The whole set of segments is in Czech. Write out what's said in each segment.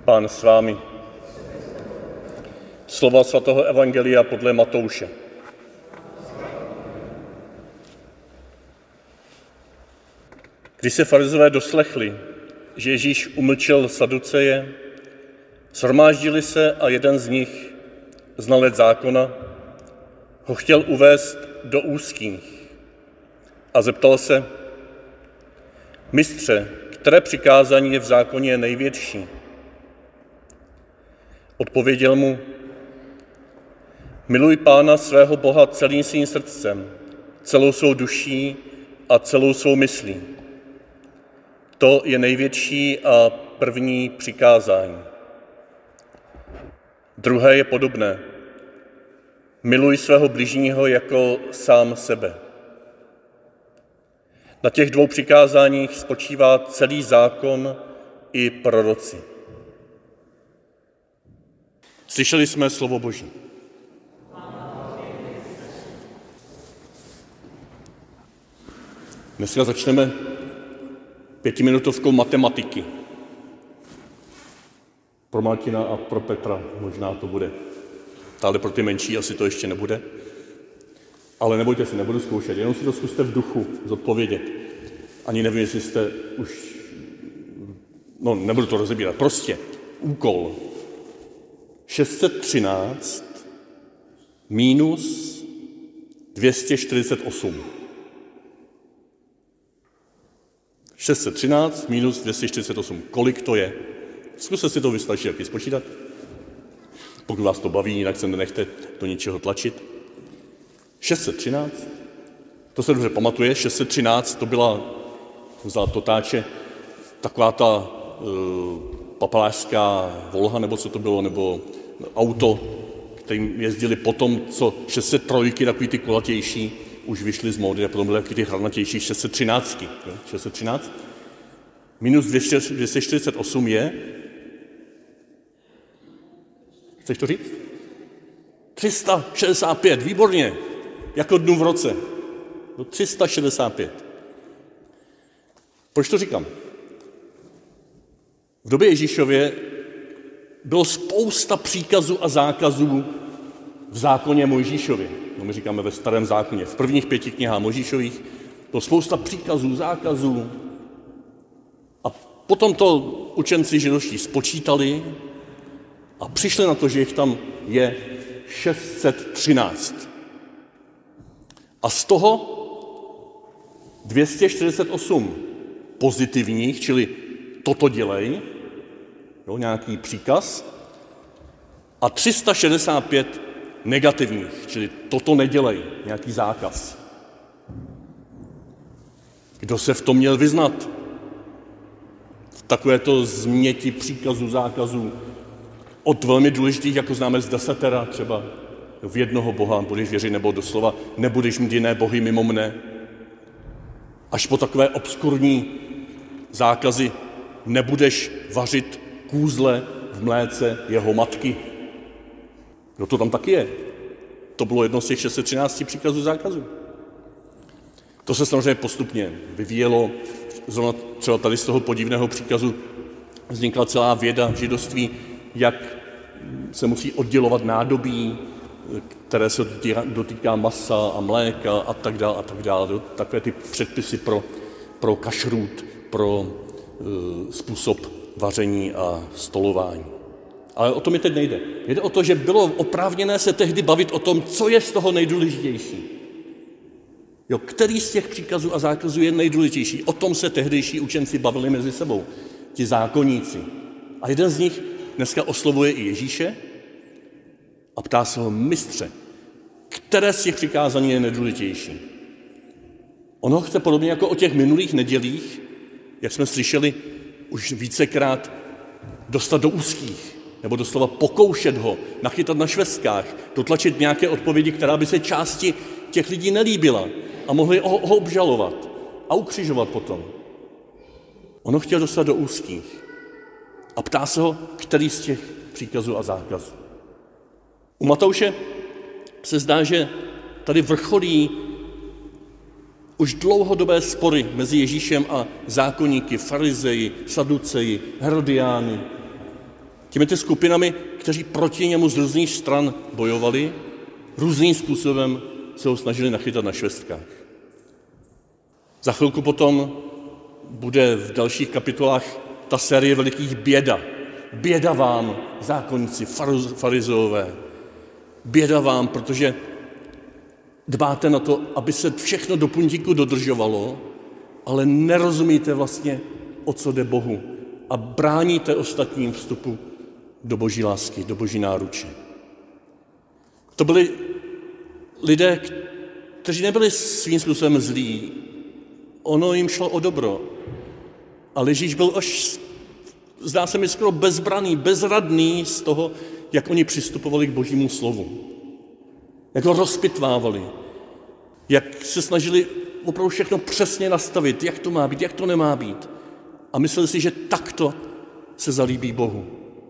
Pán s vámi. Slova svatého evangelia podle Matouše. Když se farizové doslechli, že Ježíš umlčel Saduceje, shromáždili se a jeden z nich, znalec zákona, ho chtěl uvést do úzkých a zeptal se: Mistře, které přikázání je v zákoně největší? Odpověděl mu: Miluj Pána svého Boha celým svým srdcem, celou svou duší a celou svou myslí. To je největší a první přikázání. Druhé je podobné. Miluj svého bližního jako sám sebe. Na těch dvou přikázáních spočívá celý zákon i proroci. Slyšeli jsme slovo Boží. Dneska začneme 5minutovkou matematiky. Pro Martina a pro Petra možná to bude. Ale pro ty menší asi to ještě nebude. Ale nebojte se, nebudu zkoušet, jenom si to zkuste v duchu zodpovědět. Ani nevím, jestli jste už... No, nebudu to rozebírat. Prostě úkol. 613 minus 248. 613 minus 248. Kolik to je? Zkuste si to vystačit taky spočítat. Pokud vás to baví, jinak se nenechte do ničeho tlačit. 613, to se dobře pamatuje, 613 to byla za totáče taková ta papalášská Volha, nebo co to bylo, nebo auto, kterým jezdili potom, co 603, takový ty kulatější, už vyšly z módy a potom byly takový ty hranatější 613. 613 minus 248 je... Chceš to říct? 365, výborně, jako dnů v roce. 365. Proč to říkám? V době Ježíšově bylo spousta příkazů a zákazů v zákoně Mojžíšově. No, my říkáme ve starém zákoně. V prvních 5 knihách Mojžíšových bylo spousta příkazů, zákazů. A potom to učenci židovští spočítali a přišli na to, že jich tam je 613. A z toho 248 pozitivních, čili toto dělej, jo, nějaký příkaz, a 365 negativních, čili toto nedělej, nějaký zákaz. Kdo se v tom měl vyznat? V takovéto změti příkazů, zákazů, od velmi důležitých, jako známe z desatera, třeba v jednoho Boha budeš věřit, nebo doslova nebudeš mít jiné bohy mimo mne, až po takové obskurní zákazy nebudeš vařit kůzle v mléce jeho matky. No to tam taky je. To bylo jedno z těch 613 příkazů zákazů. To se samozřejmě postupně vyvíjelo. Zrovna třeba tady z toho podivného příkazu vznikla celá věda v židovství, jak se musí oddělovat nádobí, které se dotýká masa a mléka a tak dále a tak dále. Takové ty předpisy pro kašrút, pro způsob vaření a stolování. Ale o to mi teď nejde. Jde o to, že bylo oprávněné se tehdy bavit o tom, co je z toho nejdůležitější. Jo, který z těch příkazů a zákazů je nejdůležitější. O tom se tehdejší učenci bavili mezi sebou, ti zákonníci. A jeden z nich dneska oslovuje i Ježíše a ptá se ho: Mistře, které z těch přikázání je nejdůležitější? On ho chce podobně jako o těch minulých nedělích, jak jsme slyšeli už vícekrát, dostat do úzkých, nebo doslova pokoušet ho, nachytat na švestkách, dotlačit nějaké odpovědi, která by se části těch lidí nelíbila a mohli ho obžalovat a ukřižovat potom. On ho chtěl dostat do úzkých a ptá se ho, který z těch příkazů a zákazů. U Matouše se zdá, že tady vrcholí už dlouhodobé spory mezi Ježíšem a zákonníky, farizeji, saduceji, herodiány. těmi skupinami, kteří proti němu z různých stran bojovali, různým způsobem se ho snažili nachytat na švestkách. Za chvilku potom bude v dalších kapitolách ta série velikých běda. Běda vám, zákonníci, farizeové. Běda vám, protože dbáte na to, aby se všechno do puntíku dodržovalo, ale nerozumíte vlastně, o co jde Bohu a bráníte ostatním vstupu do Boží lásky, do Boží náruče. To byli lidé, kteří nebyli svým způsobem zlí. Ono jim šlo o dobro. Ale Ježíš byl až, zdá se mi, skoro bezbraný, bezradný z toho, jak oni přistupovali k Božímu slovu. Jak ho rozpitvávali. Jak se snažili opravdu všechno přesně nastavit, jak to má být, jak to nemá být. A mysleli si, že takto se zalíbí Bohu.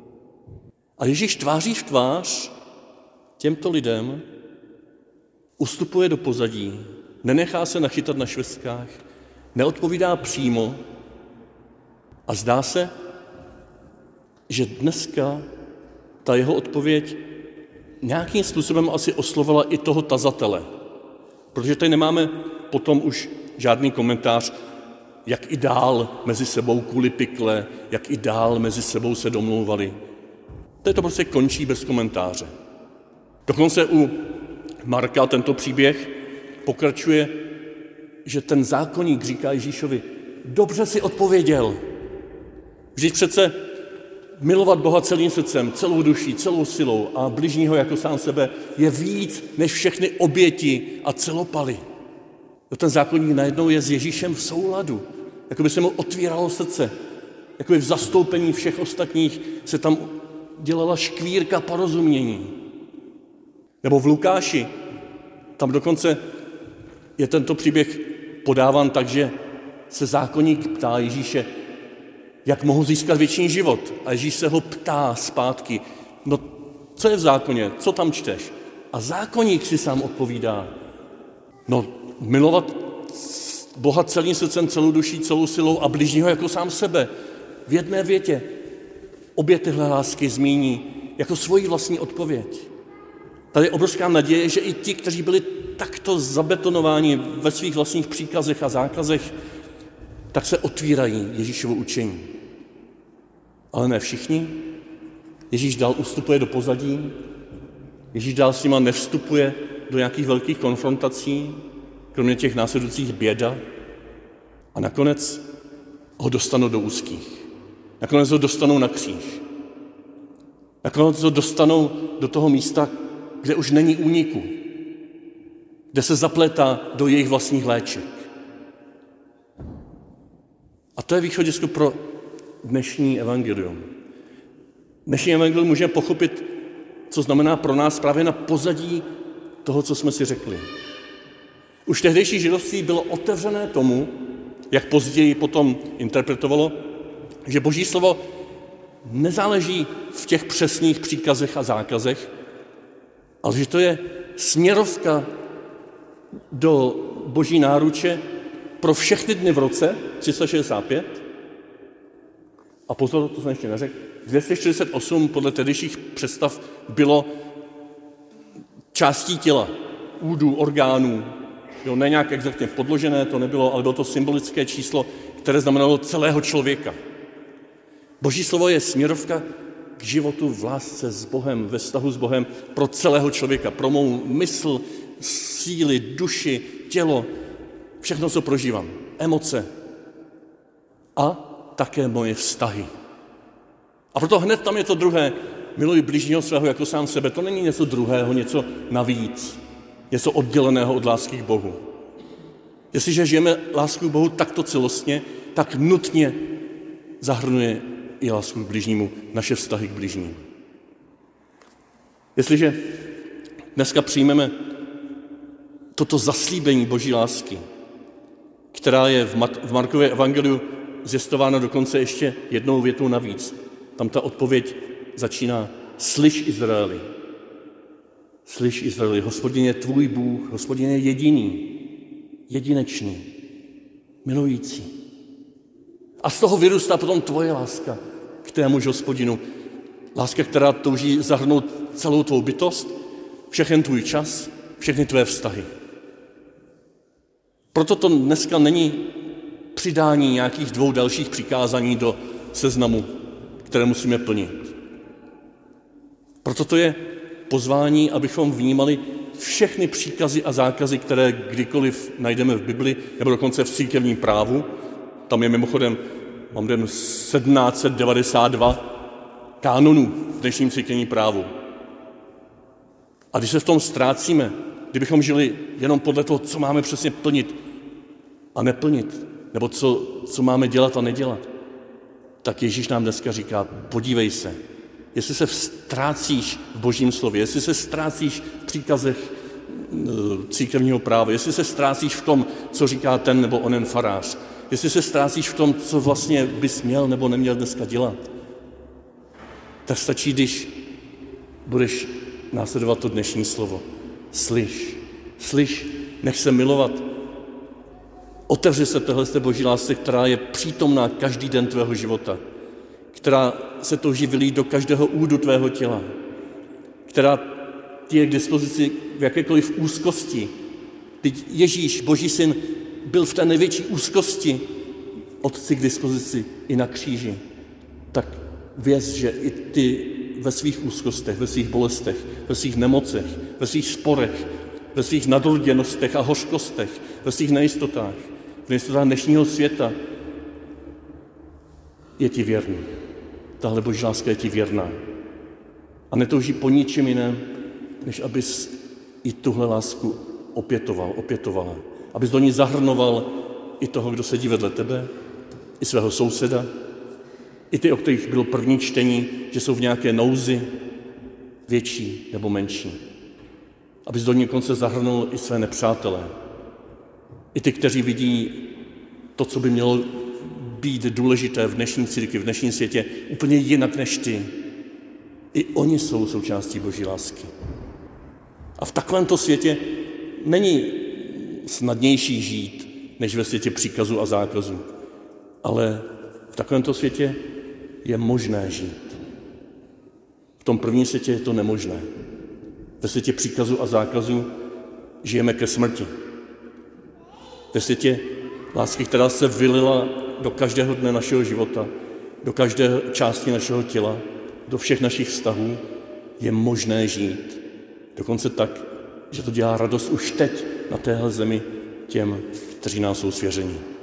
A Ježíš tváří v tvář těmto lidem ustupuje do pozadí, nenechá se nachytat na švestkách, neodpovídá přímo a zdá se, že dneska ta jeho odpověď nějakým způsobem asi oslovila i toho tazatele. Protože tady nemáme potom už žádný komentář, jak i dál mezi sebou kvůli pikle, jak i dál mezi sebou se domlouvali. To prostě končí bez komentáře. Dokonce u Marka tento příběh pokračuje, že ten zákonník říká Ježíšovi, dobře si odpověděl. Vždyť přece milovat Boha celým srdcem, celou duší, celou silou a bližního jako sám sebe je víc než všechny oběti a celopaly. Ten zákonník najednou je s Ježíšem v souladu, jako by se mu otvíralo srdce, jako by v zastoupení všech ostatních se tam dělala škvírka porozumění. Nebo v Lukáši, tam dokonce je tento příběh podáván tak, že se zákonník ptá Ježíše, jak mohu získat věčný život. A Ježíš se ho ptá zpátky, no co je v zákoně, co tam čteš? A zákonník si sám odpovídá, no milovat Boha celým srdcem, celou duší, celou silou a bližního jako sám sebe. V jedné větě obě tyhle lásky zmíní jako svoji vlastní odpověď. Tady je obrovská naděje, že i ti, kteří byli takto zabetonováni ve svých vlastních příkazech a zákazech, tak se otvírají Ježíšovo učení. Ale ne všichni. Ježíš dál ustupuje do pozadí. Ježíš dál s nima nevstupuje do nějakých velkých konfrontací, kromě těch následujících běda. A nakonec ho dostanou do úzkých. Nakonec ho dostanou na kříž. Nakonec ho dostanou do toho místa, kde už není úniku. Kde se zapletá do jejich vlastních léček. A to je východisko pro dnešní evangelium. Dnešní evangelium můžeme pochopit, co znamená pro nás právě na pozadí toho, co jsme si řekli. Už tehdejší židovství bylo otevřené tomu, jak později potom interpretovalo, že Boží slovo nezáleží v těch přesných příkazech a zákazech, ale že to je směrovka do Boží náruče pro všechny dny v roce, 365. A pozor, to jsem ještě neřekl, 248 podle tehdejších představ bylo částí těla, údů, orgánů. Jo, ne nějak exaktně podložené, to nebylo, ale bylo to symbolické číslo, které znamenalo celého člověka. Boží slovo je směrovka k životu v lásce s Bohem, ve vztahu s Bohem pro celého člověka, pro mou mysl, síly, duši, tělo, všechno, co prožívám, emoce a také moje vztahy. A proto hned tam je to druhé, miluji bližního svého jako sám sebe. To není něco druhého, něco navíc, něco odděleného od lásky k Bohu. Jestliže žijeme lásku k Bohu takto celostně, tak nutně zahrnuje i lásku k bližnímu, naše vztahy k bližním. Jestliže dneska přijmeme toto zaslíbení Boží lásky, která je v Markově evangeliu zjistována dokonce ještě jednou větou navíc. Tam ta odpověď začíná: Slyš, Izraeli. Slyš, Izraeli, Hospodin je tvůj Bůh, Hospodin je jediný, jedinečný, milující. A z toho vyrůstá potom tvoje láska k témuž Hospodinu. Láska, která touží zahrnout celou tvou bytost, všechen tvůj čas, všechny tvé vztahy. Proto to dneska není přidání nějakých 2 dalších přikázání do seznamu, které musíme plnit. Proto to je pozvání, abychom vnímali všechny příkazy a zákazy, které kdykoliv najdeme v Bibli, nebo dokonce v církevním právu. Tam je mimochodem, mám 1792 kánonů v dnešním církevním právu. A když se v tom ztrácíme, kdybychom žili jenom podle toho, co máme přesně plnit a neplnit, nebo co máme dělat a nedělat, tak Ježíš nám dneska říká, podívej se, jestli se ztrácíš v Božím slově, jestli se ztrácíš v příkazech církevního práva, jestli se ztrácíš v tom, co říká ten nebo onen farář, jestli se ztrácíš v tom, co vlastně bys měl nebo neměl dneska dělat, tak stačí, když budeš následovat to dnešní slovo. Slyš, nech se milovat. Otevři se téhle Boží lásce, která je přítomná každý den tvého života, která se touží vylít do každého údu tvého těla, která ti je k dispozici v jakékoliv úzkosti. Teď Ježíš, Boží syn, byl v té největší úzkosti Otci k dispozici i na kříži. Tak věz, že i ty ve svých úzkostech, ve svých bolestech, ve svých nemocech, ve svých sporech, ve svých nadrděnostech a hořkostech, ve svých nejistotách, v nejistotách dnešního světa je ti věrný. Tahle Boží láska je ti věrná. A netouží po ničem jiném, než abys i tuhle lásku opětovala. Abys do ní zahrnoval i toho, kdo sedí vedle tebe, i svého souseda, i ty, o kterých bylo první čtení, že jsou v nějaké nouzi, větší nebo menší. Abys do ní dokonce zahrnul i své nepřátele. I ty, kteří vidí to, co by mělo být důležité v dnešní církvi, v dnešním světě, úplně jinak než ty. I oni jsou součástí Boží lásky. A v takovémto světě není snadnější žít, než ve světě příkazu a zákazu. Ale v takovémto světě je možné žít. V tom prvním světě je to nemožné. Ve světě příkazu a zákazu žijeme ke smrti. Ve světě lásky, která se vylila do každého dne našeho života, do každé části našeho těla, do všech našich vztahů, je možné žít. Dokonce tak, že to dělá radost už teď na téhle zemi těm, kteří nám jsou svěření.